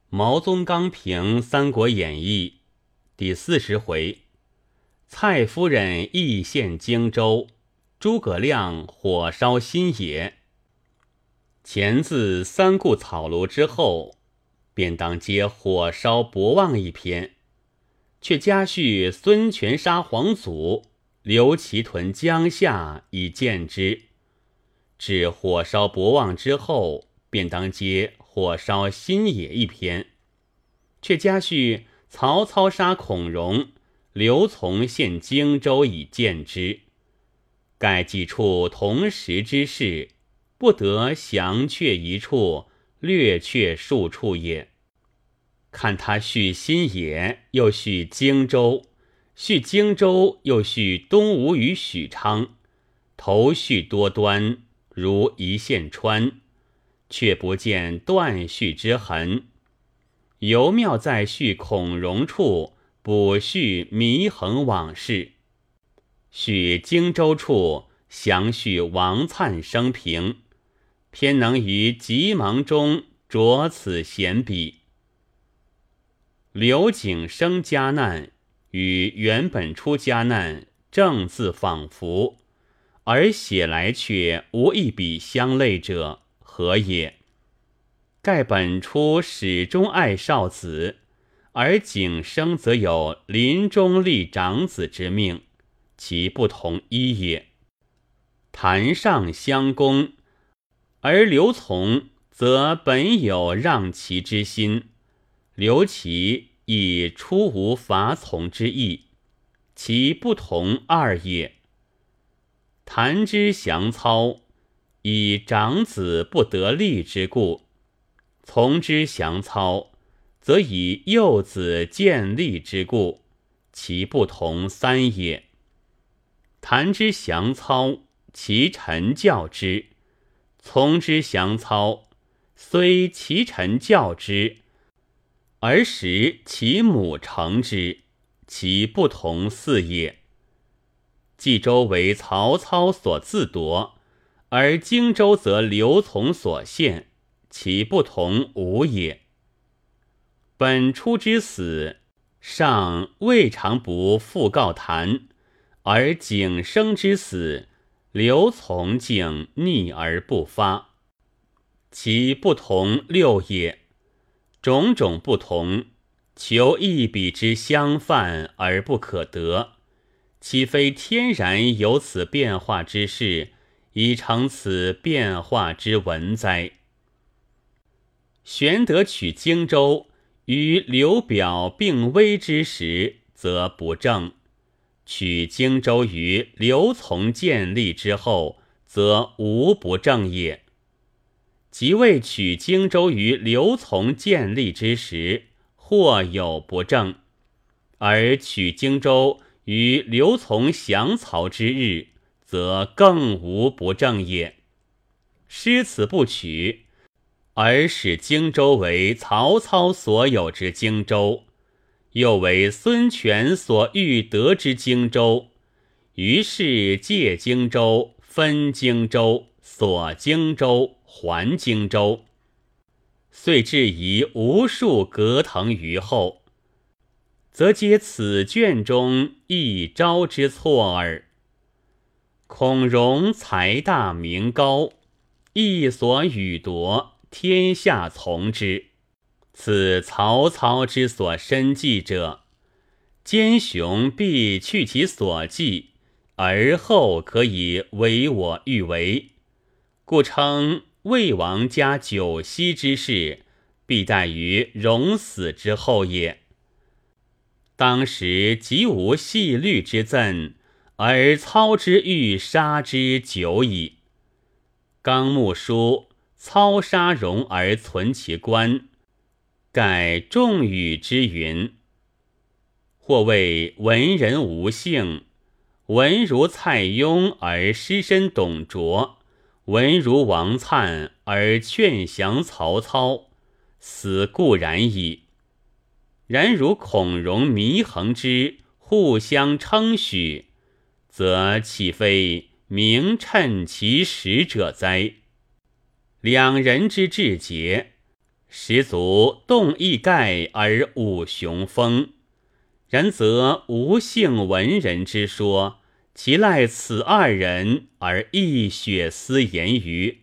毛宗刚评《三国演义》第40回：蔡夫人义献荆州，诸葛亮火烧新野。前自三顾草庐之后，便当接火烧博望一篇，却加叙孙权杀皇祖，刘琦屯江夏以见之。至火烧博望之后，便当接火烧新野一篇，却加叙曹操杀孔融，刘琮献荆州以见之。盖几处同时之事，不得详确一处，略却数处也。看他叙新野，又叙荆州，叙荆州又叙东吴与许昌，头绪多端，如一线穿，却不见断续之痕。尤妙在叙孔融处，补叙弥衡往事；叙荆州处，详叙王粲生平，偏能于急忙中着此闲笔。刘景生家难与原本出家难正自仿佛，而写来却无一笔相类者，何也？盖本初始终爱少子，而景生则有临终立长子之命，其不同一也。坛上相公，而刘琮则本有让其之心，刘琦亦初无伐从之意，其不同二也。谭之降操，以长子不得力之故；从之降操，则以幼子见利之故，其不同三也。谭之降操，其臣教之；从之降操，虽其臣教之，而时其母承之，其不同四也。冀州为曹操所自夺，而荆州则刘琮所献，其不同五也。本初之死，尚未尝不复告谭，而景生之死，刘琮竟逆而不发，其不同六也。种种不同，求一笔之相犯而不可得，岂非天然有此变化之事，以成此变化之文哉？玄德取荆州于刘表病危之时，则不正；取荆州于刘琮建立之后，则无不正也。即未取荆州于刘琮建立之时，或有不正；而取荆州于刘琮降曹之日，则更无不正也。失此不取，而使荆州为曹操所有之荆州，又为孙权所欲得之荆州，于是借荆州、分荆州、锁荆州、还荆州，遂至于无数隔腾于后，则皆此卷中一招之错耳。孔融才大名高，一所与夺，天下从之，此曹操之所深计者。奸雄必去其所计，而后可以为我欲为，故称魏王家九锡之事，必待于融死之后也。当时即无细律之赠，而操之欲杀之久矣。纲目书操杀融而存其官，盖众语之云：或谓文人无性，文如蔡邕而失身董卓，文如王粲而劝降曹操，死固然矣。然如孔融、弥衡之互相称许，则岂非名称其实者哉？两人之志节， 实足动一盖而舞雄风。然则无幸文人之说，其赖此二人而一血思言于。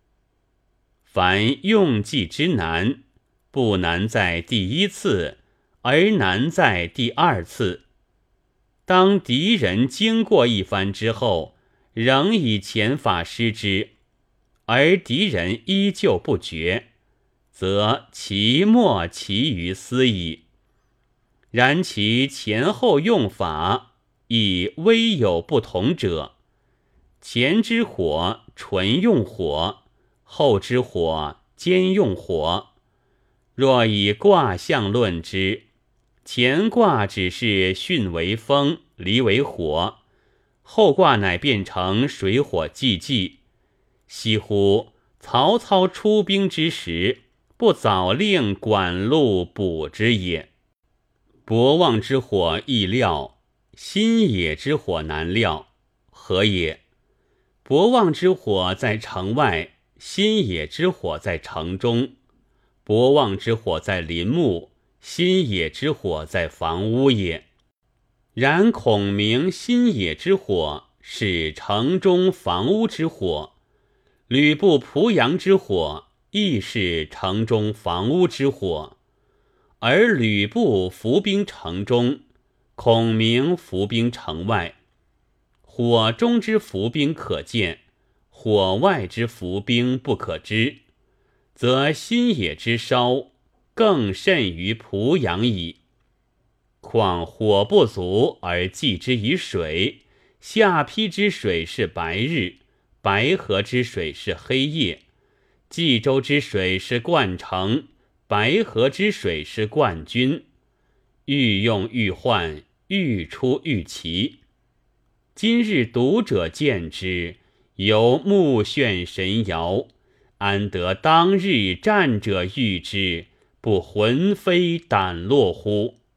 凡用计之难，不难在第一次，而难在第二次。当敌人经过一番之后，仍以前法施之，而敌人依旧不决，则其莫其于斯矣。然其前后用法亦微有不同者，前之火纯用火，后之火兼用火。若以卦象论之，前卦只是巽为风，离为火，后卦乃变成水火既济。惜乎曹操出兵之时，不早令管路补之也。博望之火易料，新野之火难料，何也？博望之火在城外，新野之火在城中。博望之火在林木，新野之火在房屋也。然孔明新野之火是城中房屋之火，吕布濮阳之火亦是城中房屋之火。而吕布伏兵城中，孔明伏兵城外。火中之伏兵可见，火外之伏兵不可知，则新野之烧更甚于濮阳矣。况火不足而济之以水，下邳之水是白日，白河之水是黑夜，冀州之水是灌城，白河之水是灌军，愈用愈患，愈出愈奇。今日读者见之，犹目眩神摇，安得当日战者遇之，不魂飞胆落乎？